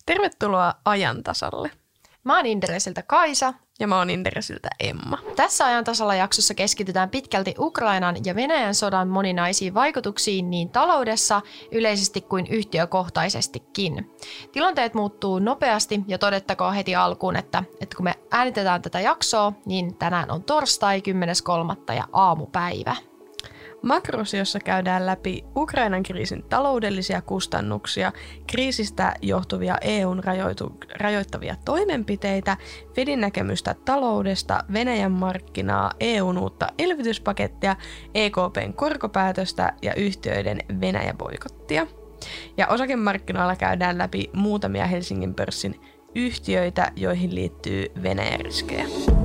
Tervetuloa Ajantasalle. Mä oon Inderesiltä Kaisa. Ja mä oon Inderesiltä Emma. Tässä Ajantasalla jaksossa keskitytään pitkälti Ukrainan ja Venäjän sodan moninaisiin vaikutuksiin niin taloudessa yleisesti kuin yhtiökohtaisestikin. Tilanteet muuttuu nopeasti ja todettakoon heti alkuun, että kun me äänitetään tätä jaksoa, niin tänään on torstai 10.3. ja aamupäivä. Makrosiossa käydään läpi Ukrainan kriisin taloudellisia kustannuksia, kriisistä johtuvia EUn rajoittavia toimenpiteitä, Fedin näkemystä taloudesta, Venäjän markkinaa, EUn uutta elvytyspakettia, EKPn korkopäätöstä ja yhtiöiden Venäjä-boikottia. Ja osakemarkkinoilla käydään läpi muutamia Helsingin pörssin yhtiöitä, joihin liittyy Venäjä-riskejä.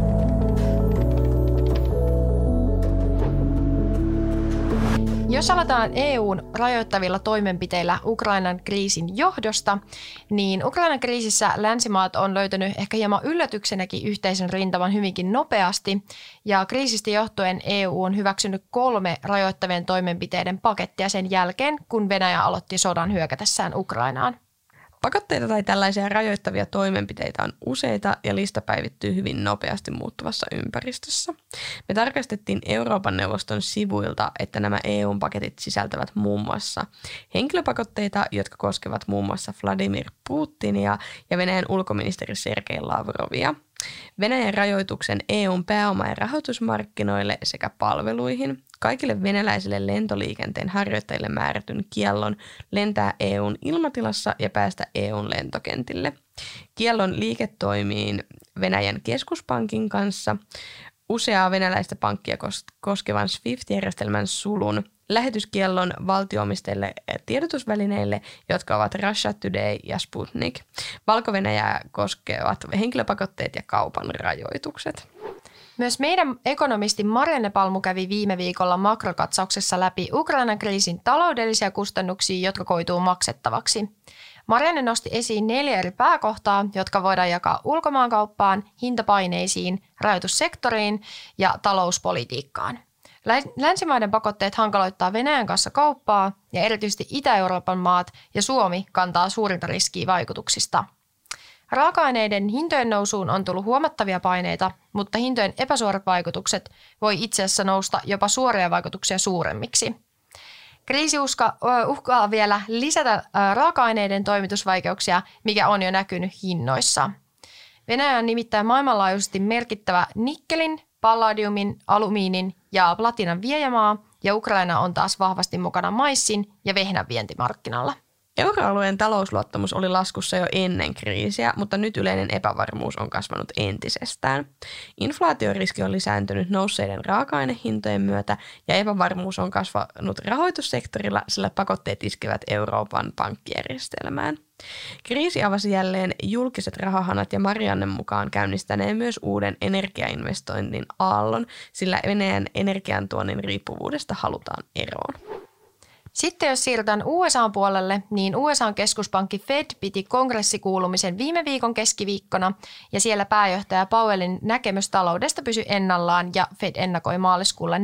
Jos aloitetaan EUn rajoittavilla toimenpiteillä Ukrainan kriisin johdosta, niin Ukrainan kriisissä länsimaat on löytänyt ehkä hieman yllätyksenäkin yhteisen rintaman hyvinkin nopeasti, ja kriisistä johtuen EU on hyväksynyt 3 rajoittavien toimenpiteiden pakettia sen jälkeen, kun Venäjä aloitti sodan hyökätessään Ukrainaan. Pakotteita tai tällaisia rajoittavia toimenpiteitä on useita ja lista päivittyy hyvin nopeasti muuttuvassa ympäristössä. Me tarkastettiin Euroopan neuvoston sivuilta, että nämä EU-paketit sisältävät muun muassa henkilöpakotteita, jotka koskevat muun muassa Vladimir Putinia ja Venäjän ulkoministeri Sergei Lavrovia. Venäjän rajoituksen EUn pääoma- ja rahoitusmarkkinoille sekä palveluihin, kaikille venäläisille lentoliikenteen harjoittajille määrätyn kiellon lentää EUn ilmatilassa ja päästä EUn lentokentille, kiellon liiketoimiin Venäjän keskuspankin kanssa, useaa venäläistä pankkia koskevan SWIFT-järjestelmän sulun, lähetyskiellon valtio-omistajille tiedotusvälineille, jotka ovat Russia Today ja Sputnik, Valko-Venäjää koskevat henkilöpakotteet ja kaupan rajoitukset. Myös meidän ekonomisti Marianne Palmu kävi viime viikolla makrokatsauksessa läpi Ukrainan kriisin taloudellisia kustannuksia, jotka koituu maksettavaksi. Marianne nosti esiin 4 eri pääkohtaa, jotka voidaan jakaa ulkomaankauppaan, hintapaineisiin, rajoitussektoriin ja talouspolitiikkaan. Länsimaiden pakotteet hankaloittaa Venäjän kanssa kauppaa ja erityisesti Itä-Euroopan maat ja Suomi kantaa suurinta riskiä vaikutuksista. Raaka-aineiden hintojen nousuun on tullut huomattavia paineita, mutta hintojen epäsuorat vaikutukset voi itse asiassa nousta jopa suoria vaikutuksia suuremmiksi. Kriisi uhkaa vielä lisätä raaka-aineiden toimitusvaikeuksia, mikä on jo näkynyt hinnoissa. Venäjä on nimittäin maailmanlaajuisesti merkittävä nikkelin, palladiumin, alumiinin ja platinan viejämaa, ja Ukraina on taas vahvasti mukana maissin ja vehnän vientimarkkinalla. Euroalueen talousluottamus oli laskussa jo ennen kriisiä, mutta nyt yleinen epävarmuus on kasvanut entisestään. Inflaatioriski on lisääntynyt nousseiden raaka-ainehintojen myötä ja epävarmuus on kasvanut rahoitussektorilla, sillä pakotteet iskevät Euroopan pankkijärjestelmään. Kriisi avasi jälleen julkiset rahahanat ja Mariannen mukaan käynnistäneen myös uuden energiainvestoinnin aallon, sillä Venäjän energiantuonnin riippuvuudesta halutaan eroon. Sitten jos siirrytään USA:n puolelle, niin USA:n keskuspankki Fed piti kongressikuulumisen viime viikon keskiviikkona ja siellä pääjohtaja Powellin näkemys taloudesta pysyi ennallaan ja Fed ennakoi maaliskuulle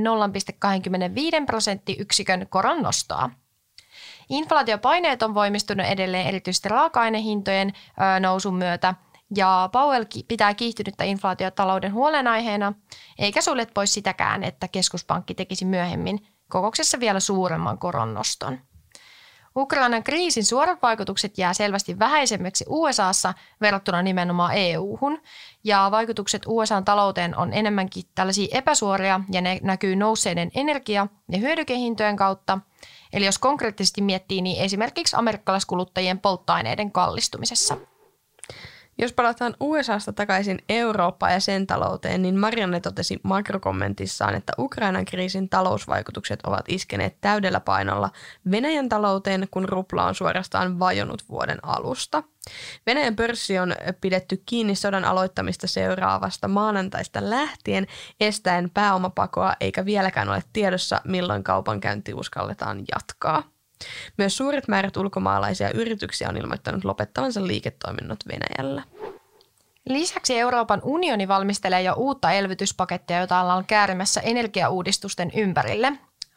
0,25% koron nostoa. Inflaatiopaineet on voimistunut edelleen erityisesti raaka-ainehintojen nousun myötä ja Powell pitää kiihtynyttä inflaatiotalouden huolenaiheena eikä sulje pois sitäkään, että keskuspankki tekisi myöhemmin kokouksessa vielä suuremman koronnoston. Ukrainan kriisin suorat vaikutukset jää selvästi vähäisemmiksi USAssa verrattuna nimenomaan EU:hun, ja vaikutukset USAn talouteen on enemmänkin tällaisia epäsuoria, ja ne näkyy nousseiden energia- ja hyödykehintojen kautta. Eli jos konkreettisesti miettii, niin esimerkiksi amerikkalaiskuluttajien polttoaineiden kallistumisessa. Jos palataan USAsta takaisin Eurooppaan ja sen talouteen, niin Marianne totesi makrokommentissaan, että Ukrainan kriisin talousvaikutukset ovat iskeneet täydellä painolla Venäjän talouteen, kun rupla on suorastaan vajonnut vuoden alusta. Venäjän pörssi on pidetty kiinni sodan aloittamista seuraavasta maanantaista lähtien estäen pääomapakoa, eikä vieläkään ole tiedossa, milloin kaupankäynti uskalletaan jatkaa. Myös suuret määrät ulkomaalaisia yrityksiä on ilmoittanut lopettavansa liiketoiminnot Venäjällä. Lisäksi Euroopan unioni valmistelee jo uutta elvytyspakettia, jota ollaan käärimässä energiauudistusten ympärille.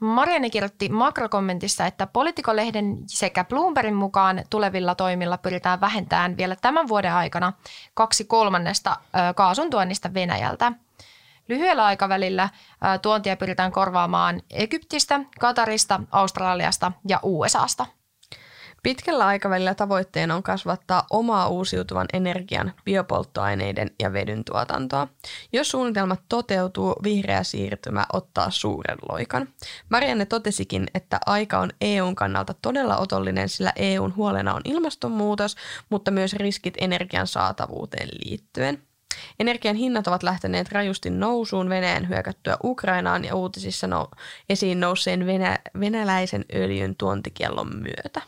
Marianne kirjoitti makrokommentissa, että Politico-lehden sekä Bloombergin mukaan tulevilla toimilla pyritään vähentämään vielä tämän vuoden aikana 2/3 kaasun tuonnista Venäjältä. Lyhyellä aikavälillä tuontia pyritään korvaamaan Egyptistä, Katarista, Australiasta ja USAsta. Pitkällä aikavälillä tavoitteena on kasvattaa omaa uusiutuvan energian, biopolttoaineiden ja vedyn tuotantoa. Jos suunnitelmat toteutuu, vihreä siirtymä ottaa suuren loikan. Marianne totesikin, että aika on EUn kannalta todella otollinen, sillä EUn huolena on ilmastonmuutos, mutta myös riskit energian saatavuuteen liittyen. Energian hinnat ovat lähteneet rajusti nousuun Venäjän hyökättyä Ukrainaan ja uutisissa esiin nousseen venäläisen öljyn tuontikiellon myötä.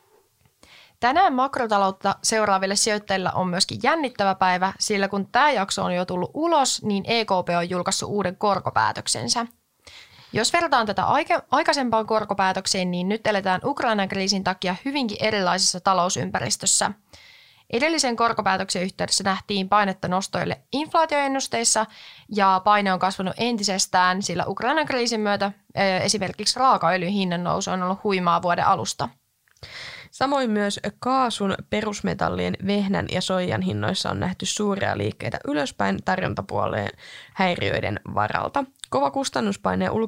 Tänään makrotaloutta seuraaville sijoittajille on myöskin jännittävä päivä, sillä kun tämä jakso on jo tullut ulos, niin EKP on julkaissut uuden korkopäätöksensä. Jos verrataan tätä aikaisempaan korkopäätökseen, niin nyt eletään Ukrainan kriisin takia hyvinkin erilaisessa talousympäristössä. Edellisen korkopäätöksen yhteydessä nähtiin painetta nostoille inflaatioennusteissa ja paine on kasvanut entisestään, sillä Ukrainan kriisin myötä esimerkiksi raakaöljyn hinnan nousu on ollut huimaa vuoden alusta. Samoin myös kaasun, perusmetallien, vehnän ja soijan hinnoissa on nähty suuria liikkeitä ylöspäin tarjontapuoleen häiriöiden varalta. Kova kustannuspaine ja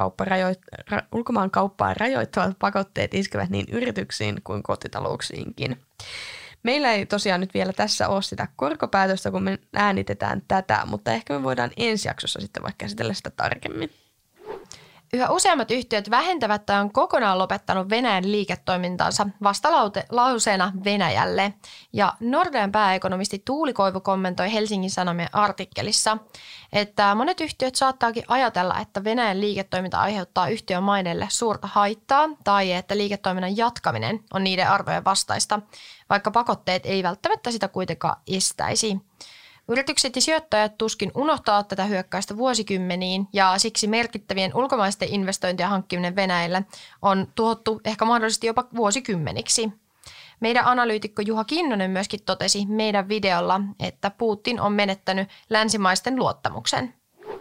ulkomaankauppaa rajoittavat pakotteet iskevät niin yrityksiin kuin kotitalouksiinkin. Meillä ei tosiaan nyt vielä tässä ole sitä korkopäätöstä, kun me äänitetään tätä, mutta ehkä me voidaan ensi jaksossa sitten vaikka käsitellä sitä tarkemmin. Yhä useammat yhtiöt vähentävät tai on kokonaan lopettanut Venäjän liiketoimintansa vastalauseena Venäjälle. Ja Nordean pääekonomisti Tuuli Koivu kommentoi Helsingin Sanomien artikkelissa, että monet yhtiöt saattaakin ajatella, että Venäjän liiketoiminta aiheuttaa yhtiön maineelle suurta haittaa tai että liiketoiminnan jatkaminen on niiden arvojen vastaista, vaikka pakotteet ei välttämättä sitä kuitenkaan estäisi. Yritykset ja sijoittajat tuskin unohtaa tätä hyökkäystä vuosikymmeniin ja siksi merkittävien ulkomaisten investointien hankkiminen Venäjälle on tuhottu ehkä mahdollisesti jopa vuosikymmeniksi. Meidän analyytikko Juha Kinnunen myöskin totesi meidän videolla, että Putin on menettänyt länsimaisten luottamuksen.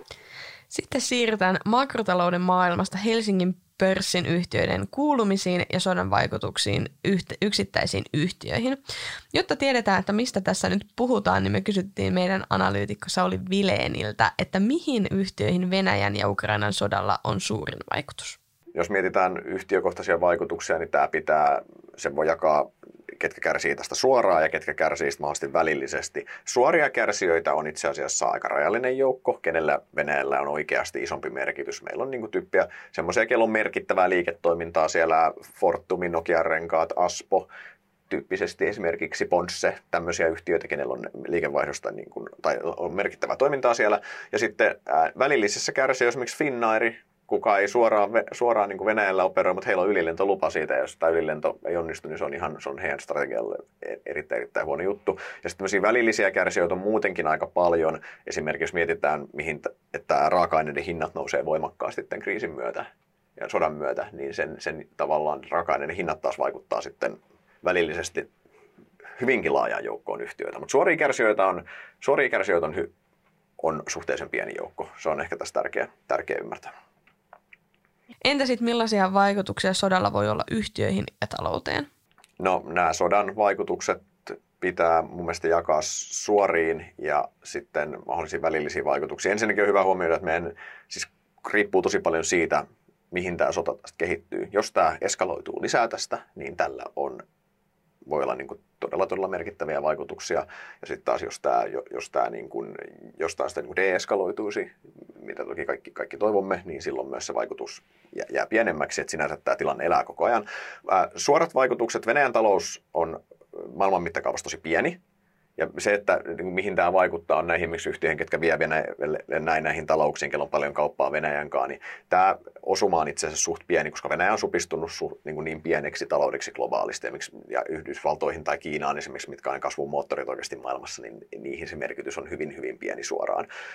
Sitten siirrytään makrotalouden maailmasta Helsingin pörssin yhtiöiden kuulumisiin ja sodan vaikutuksiin yksittäisiin yhtiöihin. Jotta tiedetään, että mistä tässä nyt puhutaan, niin me kysyttiin meidän analyytikko Sauli Vileeniltä, että mihin yhtiöihin Venäjän ja Ukrainan sodalla on suurin vaikutus. Jos mietitään yhtiökohtaisia vaikutuksia, niin sen voi jakaa, ketkä kärsii tästä suoraan ja ketkä kärsii mahdollisesti välillisesti. Suoria kärsijöitä on itse asiassa aika rajallinen joukko, kenellä Venäjällä on oikeasti isompi merkitys. Meillä on tyyppiä semmoisia, kello on merkittävää liiketoimintaa siellä, Fortumi, Nokia-renkaat, Aspo, tyyppisesti esimerkiksi Ponsse, tämmöisiä yhtiöitä, kenellä on liikevaihdosta tai on merkittävää toimintaa siellä. Ja sitten välillisissä kärsii esimerkiksi Finnair, kuka ei suoraan niin kuin Venäjällä operoi, mutta heillä on ylilentolupa siitä, ja jos tämä ylilento ei onnistu, niin se on heidän strategialle erittäin huono juttu. Ja sitten tämmöisiä välillisiä kärsijöitä on muutenkin aika paljon. Esimerkiksi jos mietitään, että raaka-aineiden hinnat nousee voimakkaasti tämän kriisin myötä ja sodan myötä, niin sen tavallaan raaka-aineiden hinnat taas vaikuttaa sitten välillisesti hyvinkin laajaan joukkoon yhtiöitä. Mutta suoria kärsijöitä on suhteellisen pieni joukko. Se on ehkä tässä tärkeä ymmärtää. Entä sitten millaisia vaikutuksia sodalla voi olla yhtiöihin ja talouteen? No nämä sodan vaikutukset pitää mun mielestä jakaa suoriin ja sitten mahdollisiin välillisiin vaikutuksiin. Ensinnäkin on hyvä huomioida, että meidän siis riippuu tosi paljon siitä, mihin tämä sota tästä kehittyy. Jos tämä eskaloituu lisää tästä, niin tällä voi olla todella merkittäviä vaikutuksia. Ja sitten taas, jos tämä sitten deeskaloituisi, mitä toki kaikki toivomme, niin silloin myös se vaikutus jää pienemmäksi, että sinänsä tämä tilanne elää koko ajan. Suorat vaikutukset, Venäjän talous on maailman mittakaavassa tosi pieni. Ja se, että mihin tämä vaikuttaa on näihin yhtiöihin, ketkä vie näihin talouksiin, kello on paljon kauppaa Venäjänkaan, niin tämä osuma on itse asiassa suht pieni, koska Venäjä on supistunut niin pieneksi taloudeksi globaalisti, ja Yhdysvaltoihin tai Kiinaan esimerkiksi, mitkä on kasvun moottorit oikeasti maailmassa, niin niihin se merkitys on hyvin, hyvin pieni suoraan.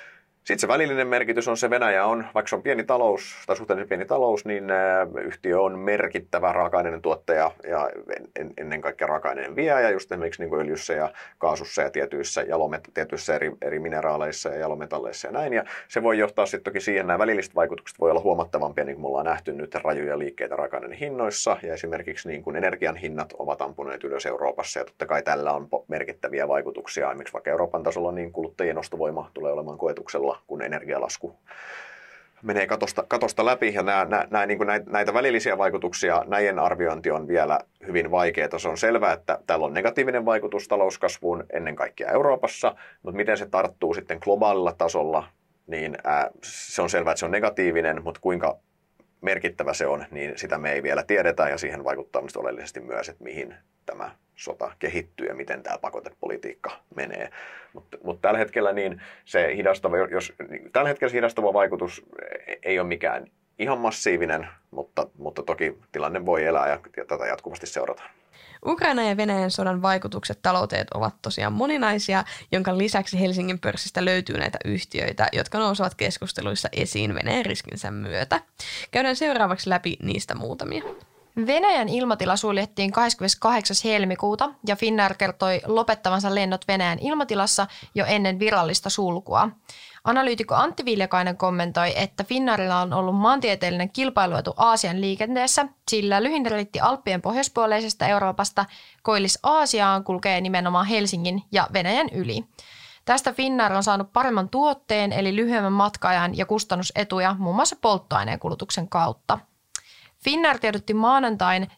Sitten se välillinen merkitys on se, Venäjä on, vaikka se on pieni talous tai suhteellisen pieni talous, niin yhtiö on merkittävä raaka-aineiden tuottaja ja ennen kaikkea raaka-aineiden viejä, just esimerkiksi niin kuin öljyssä ja kaasussa ja tietyissä eri mineraaleissa ja jalometalleissa ja näin. Ja se voi johtaa sitten toki siihen, nämä välilliset vaikutukset voi olla huomattavampia, niin kuin me ollaan nähty nyt rajuja liikkeitä raaka-aineiden hinnoissa. Ja esimerkiksi niin kuin energian hinnat ovat ampuneet ylös Euroopassa ja totta kai tällä on merkittäviä vaikutuksia. Esimerkiksi vaikka Euroopan tasolla niin kuluttajien ostovoima tulee olemaan koetuksella, kun energialasku menee katosta läpi. Ja näitä välillisiä vaikutuksia, näiden arviointi on vielä hyvin vaikeaa. Se on selvää, että tällä on negatiivinen vaikutus talouskasvuun ennen kaikkea Euroopassa, mutta miten se tarttuu sitten globaalilla tasolla, niin se on selvää, että se on negatiivinen, mutta kuinka merkittävä se on, niin sitä me ei vielä tiedetä, ja siihen vaikuttaa oleellisesti myös, että mihin tämä sota kehittyy ja miten tämä pakotepolitiikka menee. Mutta tällä hetkellä niin se tällä hetkellä se hidastava vaikutus ei ole mikään ihan massiivinen, mutta toki tilanne voi elää ja tätä jatkuvasti seurataan. Ukraina ja Venäjän sodan vaikutukset talouteen ovat tosiaan moninaisia, jonka lisäksi Helsingin pörssistä löytyy näitä yhtiöitä, jotka nousevat keskusteluissa esiin Venäjän riskinsä myötä. Käydään seuraavaksi läpi niistä muutamia. Venäjän ilmatila suljettiin 28. helmikuuta ja Finnair kertoi lopettavansa lennot Venäjän ilmatilassa jo ennen virallista sulkua. Analyytikko Antti Viljakainen kommentoi, että Finnairilla on ollut maantieteellinen kilpailuetu Aasian liikenteessä, sillä lyhin reitti Alppien pohjoispuoleisesta Euroopasta Koillis-Aasiaan kulkee nimenomaan Helsingin ja Venäjän yli. Tästä Finnair on saanut paremman tuotteen eli lyhyemmän matka-ajan ja kustannusetuja muun muassa polttoaineen kulutuksen kautta. Finnair tiedotti maanantaina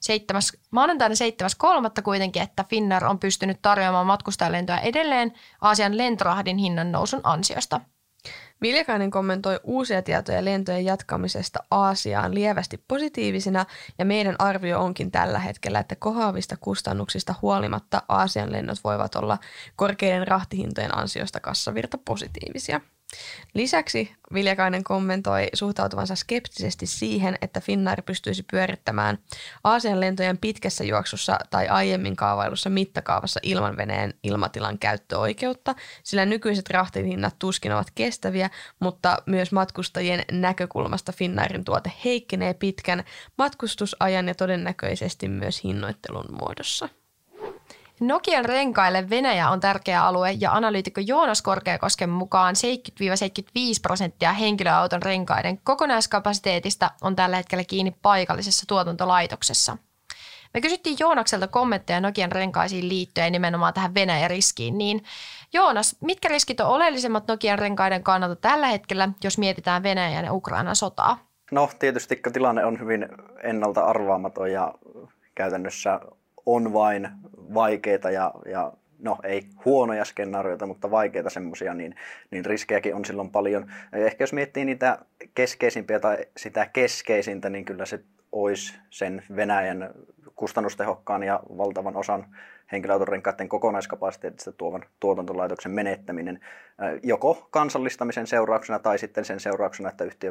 7.3. kuitenkin, että Finnair on pystynyt tarjoamaan matkustajalentoja edelleen Aasian lentorahdin hinnan nousun ansiosta. Viljakainen kommentoi uusia tietoja lentojen jatkamisesta Aasiaan lievästi positiivisina, ja meidän arvio onkin tällä hetkellä, että kohoavista kustannuksista huolimatta Aasian lennot voivat olla korkeiden rahtihintojen ansiosta kassavirta positiivisia. Lisäksi Viljakainen kommentoi suhtautuvansa skeptisesti siihen, että Finnair pystyisi pyörittämään Aasian lentojen pitkässä juoksussa tai aiemmin kaavailussa mittakaavassa ilman Venäjän ilmatilan käyttöoikeutta, sillä nykyiset rahtihinnat tuskin ovat kestäviä, mutta myös matkustajien näkökulmasta Finnairin tuote heikkenee pitkän matkustusajan ja todennäköisesti myös hinnoittelun muodossa. Nokian renkaille Venäjä on tärkeä alue ja analyytikko Joonas Korkeakosken mukaan 70-75% henkilöauton renkaiden kokonaiskapasiteetista on tällä hetkellä kiinni paikallisessa tuotantolaitoksessa. Me kysyttiin Joonakselta kommentteja Nokian renkaisiin liittyen nimenomaan tähän Venäjä-riskiin, niin Joonas, mitkä riskit on oleellisemmat Nokian renkaiden kannalta tällä hetkellä, jos mietitään Venäjän ja Ukrainan sotaa? No tietysti kun tilanne on hyvin ennalta arvaamaton ja käytännössä on vain vaikeita ja no ei huonoja skenaarioita, mutta vaikeita semmoisia, niin riskejäkin on silloin paljon. Ehkä jos miettii niitä keskeisimpiä tai sitä keskeisintä, niin kyllä se olisi sen Venäjän kustannustehokkaan ja valtavan osan henkilöautorenkaiden kokonaiskapasiteetista tuovan tuotantolaitoksen menettäminen joko kansallistamisen seurauksena tai sitten sen seurauksena, että yhtiö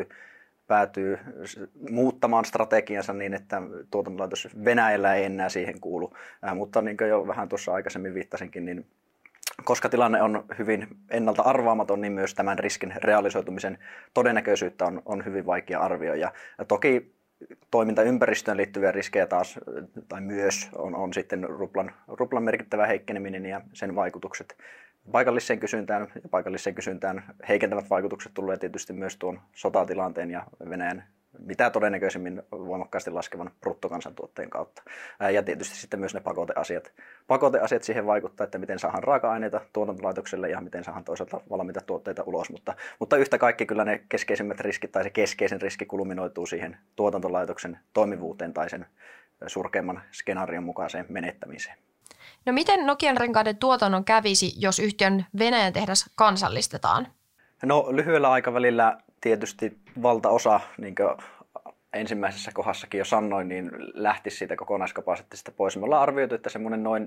päätyy muuttamaan strategiansa niin, että tuotantolaitos Venäjällä ei enää siihen kuulu. Mutta niin kuin jo vähän tuossa aikaisemmin viittasinkin, niin koska tilanne on hyvin ennalta arvaamaton, niin myös tämän riskin realisoitumisen todennäköisyyttä on hyvin vaikea arvioida. Ja toki toimintaympäristöön liittyviä riskejä taas, tai myös on sitten ruplan merkittävä heikkeneminen ja sen vaikutukset paikalliseen kysyntään heikentävät vaikutukset tulee tietysti myös tuon sotatilanteen ja Venäjän mitä todennäköisemmin voimakkaasti laskevan bruttokansantuotteen kautta. Ja tietysti sitten myös ne pakoteasiat. Pakoteasiat siihen vaikuttaa, että miten saadaan raaka-aineita tuotantolaitokselle ja miten saadaan toisaalta valmiita tuotteita ulos. Mutta yhtä kaikki kyllä ne keskeisimmät riskit tai se keskeisin riski kulminoituu siihen tuotantolaitoksen toimivuuteen tai sen surkeimman skenaarion mukaiseen menettämiseen. No miten Nokian renkaiden tuotannon kävisi, jos yhtiön Venäjän tehdas kansallistetaan? No lyhyellä aikavälillä tietysti valtaosa, niin kuin ensimmäisessä kohdassakin jo sanoin, niin lähtisi siitä kokonaiskapasiteetista pois. Me ollaan arvioitu, että semmoinen noin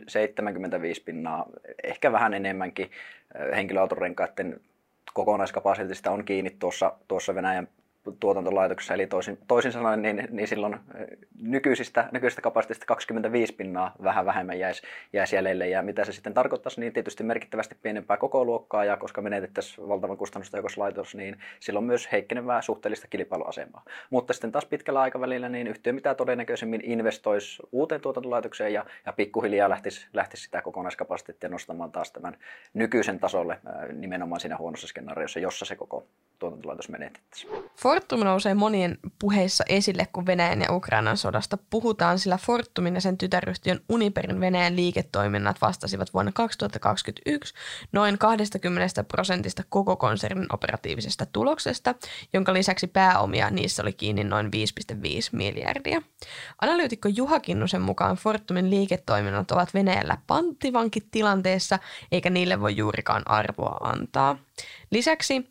75%, ehkä vähän enemmänkin henkilöautorenkaiden kokonaiskapasiteetista on kiinni tuossa Venäjän tuotantolaitoksessa, eli toisin sanoen, niin silloin nykyisestä kapasiteetista 25% vähän vähemmän jäisi jäljelle. Ja mitä se sitten tarkoittaisi, niin tietysti merkittävästi pienempää kokoluokkaa, ja koska menetettäisiin valtavan kustannustehokas niin silloin myös heikkenevää suhteellista kilpailuasemaa. Mutta sitten taas pitkällä aikavälillä niin yhtiö mitä todennäköisemmin investoisi uuteen tuotantolaitokseen ja pikkuhiljaa lähtisi sitä kokonaiskapasiteettia nostamaan taas tämän nykyisen tasolle nimenomaan siinä huonossa skenaariossa, jossa se koko tuotantolaitos menetettäisiin. Fortum nousee monien puheissa esille, kun Venäjän ja Ukrainan sodasta puhutaan, sillä Fortumin ja sen tytäryhtiön Uniperin Venäjän liiketoiminnat vastasivat vuonna 2021 noin 20% koko konsernin operatiivisesta tuloksesta, jonka lisäksi pääomia niissä oli kiinni noin 5,5 miljardia. Analyytikko Juha Kinnusen mukaan Fortumin liiketoiminnat ovat Venäjällä panttivankitilanteessa, eikä niille voi juurikaan arvoa antaa. Lisäksi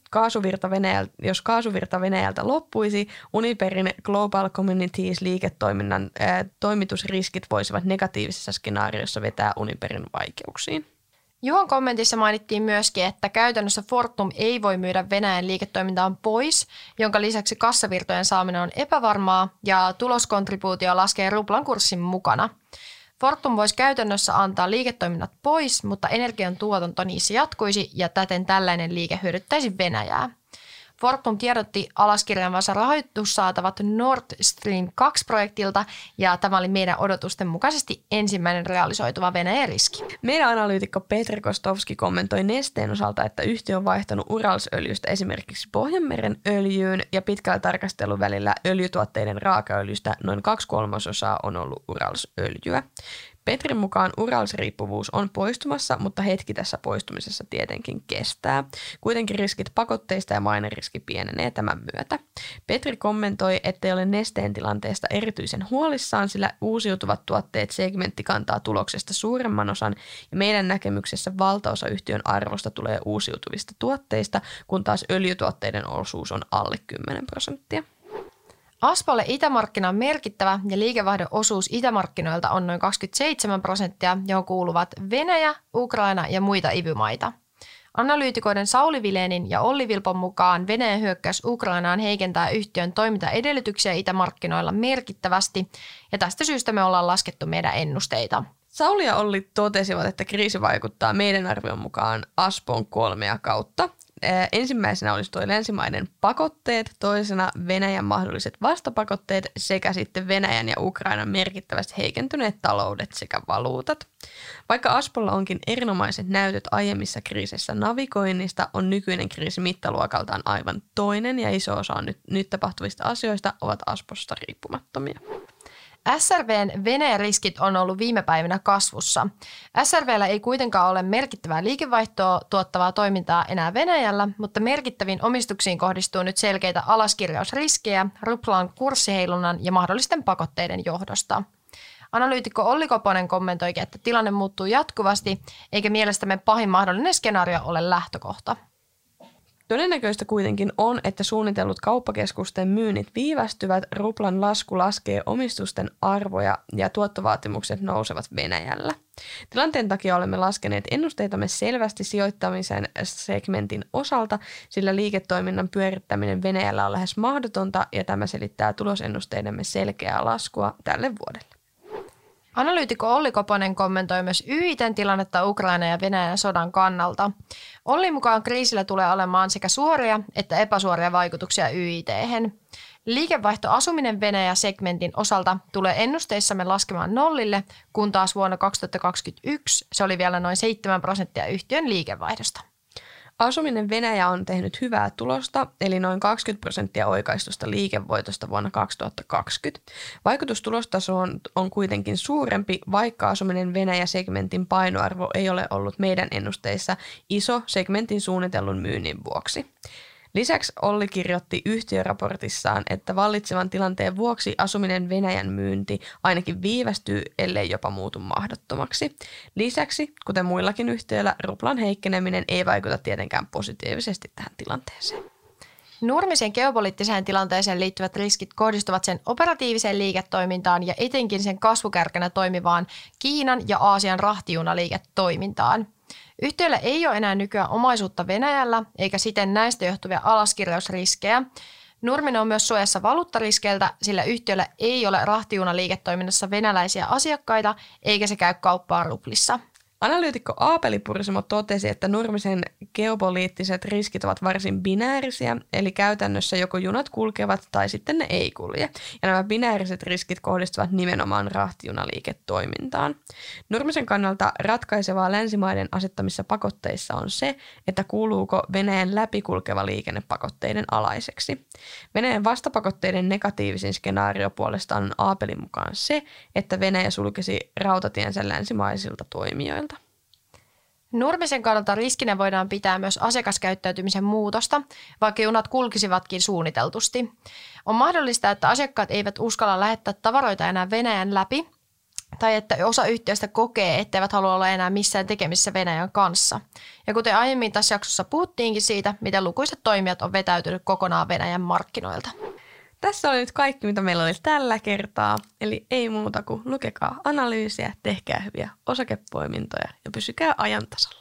jos kaasuvirta Venäjältä loppuisi, Uniperin Global Communities liiketoiminnan toimitusriskit voisivat negatiivisessa skenaariossa vetää Uniperin vaikeuksiin. Juhan kommentissa mainittiin myöskin, että käytännössä Fortum ei voi myydä Venäjän liiketoimintaan pois, jonka lisäksi kassavirtojen saaminen on epävarmaa ja tuloskontribuutio laskee ruplan kurssin mukana. Fortum voisi käytännössä antaa liiketoiminnat pois, mutta energian tuotanto niissä jatkuisi ja täten tällainen liike hyödyttäisi Venäjää. Fortum tiedotti alaskirjaavansa rahoitussaatavat Nord Stream 2-projektilta ja tämä oli meidän odotusten mukaisesti ensimmäinen realisoituva Venäjän riski. Meidän analyytikko Petri Kostovski kommentoi Nesteen osalta, että yhtiö on vaihtanut Uralsöljystä esimerkiksi Pohjanmeren öljyyn ja pitkällä tarkasteluvälillä öljytuotteiden raakaöljystä noin 2/3 on ollut Uralsöljyä. Petrin mukaan Urals-riippuvuus on poistumassa, mutta hetki tässä poistumisessa tietenkin kestää. Kuitenkin riskit pakotteista ja maineriski pienenee tämän myötä. Petri kommentoi, ettei ole Nesteen tilanteesta erityisen huolissaan, sillä uusiutuvat tuotteet segmentti kantaa tuloksesta suuremman osan ja meidän näkemyksessä valtaosa yhtiön arvosta tulee uusiutuvista tuotteista, kun taas öljytuotteiden osuus on alle 10%. Aspolle itämarkkina on merkittävä ja liikevaihdon osuus itämarkkinoilta on noin 27%, johon kuuluvat Venäjä, Ukraina ja muita IVY-maita. Analyytikoiden Sauli Vilenin ja Olli Vilpon mukaan Venäjän hyökkäys Ukrainaan heikentää yhtiön toimintaedellytyksiä itämarkkinoilla merkittävästi ja tästä syystä me ollaan laskettu meidän ennusteita. Sauli ja Olli totesivat, että kriisi vaikuttaa meidän arvion mukaan Aspoon 3 kautta. Ensimmäisenä olisi tuo länsimaiden pakotteet, toisena Venäjän mahdolliset vastapakotteet sekä sitten Venäjän ja Ukrainan merkittävästi heikentyneet taloudet sekä valuutat. Vaikka Aspolla onkin erinomaiset näytöt aiemmissa kriiseissä navigoinnista, on nykyinen kriisi mittaluokaltaan aivan toinen ja iso osa nyt tapahtuvista asioista ovat Asposta riippumattomia. SRVn Venäjä-riskit on ollut viime päivinä kasvussa. SRVllä ei kuitenkaan ole merkittävää liikevaihtoa tuottavaa toimintaa enää Venäjällä, mutta merkittäviin omistuksiin kohdistuu nyt selkeitä alaskirjausriskejä ruplan kurssiheilunnan ja mahdollisten pakotteiden johdosta. Analyytikko Olli Koponen kommentoikin, että tilanne muuttuu jatkuvasti, eikä mielestämme pahin mahdollinen skenaario ole lähtökohta. Todennäköistä kuitenkin on, että suunnitellut kauppakeskusten myynnit viivästyvät, ruplan lasku laskee omistusten arvoja ja tuottovaatimukset nousevat Venäjällä. Tilanteen takia olemme laskeneet ennusteitamme selvästi sijoittamisen segmentin osalta, sillä liiketoiminnan pyörittäminen Venäjällä on lähes mahdotonta ja tämä selittää tulosennusteidemme selkeää laskua tälle vuodelle. Analyytikko Olli Koponen kommentoi myös YIT:n tilannetta Ukraina ja Venäjän sodan kannalta. Olli mukaan kriisillä tulee olemaan sekä suoria että epäsuoria vaikutuksia YIT:hen. Liikevaihto asuminen Venäjä-segmentin osalta tulee ennusteissamme laskemaan nollille, kun taas vuonna 2021 se oli vielä noin 7% yhtiön liikevaihdosta. Asuminen Venäjä on tehnyt hyvää tulosta, eli noin 20% oikaistusta liikevoitosta vuonna 2020. Vaikutus tulostasoon on kuitenkin suurempi, vaikka asuminen Venäjä-segmentin painoarvo ei ole ollut meidän ennusteissa iso segmentin suunnitellun myynnin vuoksi. Lisäksi Olli kirjoitti yhtiöraportissaan, että vallitsevan tilanteen vuoksi asuminen Venäjän myynti ainakin viivästyy, ellei jopa muutu mahdottomaksi. Lisäksi, kuten muillakin yhtiöillä, ruplan heikkeneminen ei vaikuta tietenkään positiivisesti tähän tilanteeseen. Nurmisen geopoliittiseen tilanteeseen liittyvät riskit kohdistuvat sen operatiiviseen liiketoimintaan ja etenkin sen kasvukärkenä toimivaan Kiinan ja Aasian rahtijunaliiketoimintaan. Yhtiöllä ei ole enää nykyään omaisuutta Venäjällä, eikä siten näistä johtuvia alaskirjausriskejä. Nurminen on myös suojassa valuuttariskeiltä, sillä yhtiöllä ei ole rahtijunaliiketoiminnassa venäläisiä asiakkaita, eikä se käy kauppaa ruplissa. Analyytikko Aapeli Pursimo totesi, että Nurmisen geopoliittiset riskit ovat varsin binäärisiä, eli käytännössä joko junat kulkevat tai sitten ne ei kulje. Ja nämä binääriset riskit kohdistuvat nimenomaan rahtijunaliiketoimintaan. Nurmisen kannalta ratkaisevaa länsimaiden asettamissa pakotteissa on se, että kuuluuko Venäjän läpikulkeva liikenne pakotteiden alaiseksi. Venäjän vastapakotteiden negatiivisin skenaario puolestaan on Aapelin mukaan se, että Venäjä sulkisi rautatiensä länsimaisilta toimijoilta. Nurmisen kannalta riskinä voidaan pitää myös asiakaskäyttäytymisen muutosta, vaikka junat kulkisivatkin suunniteltusti. On mahdollista, että asiakkaat eivät uskalla lähettää tavaroita enää Venäjän läpi, tai että osa yhtiöistä kokee, etteivät halua olla enää missään tekemisissä Venäjän kanssa. Ja kuten aiemmin tässä jaksossa puhuttiinkin siitä, miten lukuiset toimijat on vetäytynyt kokonaan Venäjän markkinoilta. Tässä oli nyt kaikki, mitä meillä oli tällä kertaa. Eli ei muuta kuin lukekaa analyysiä, tehkää hyviä osakepoimintoja ja pysykää ajan tasalla.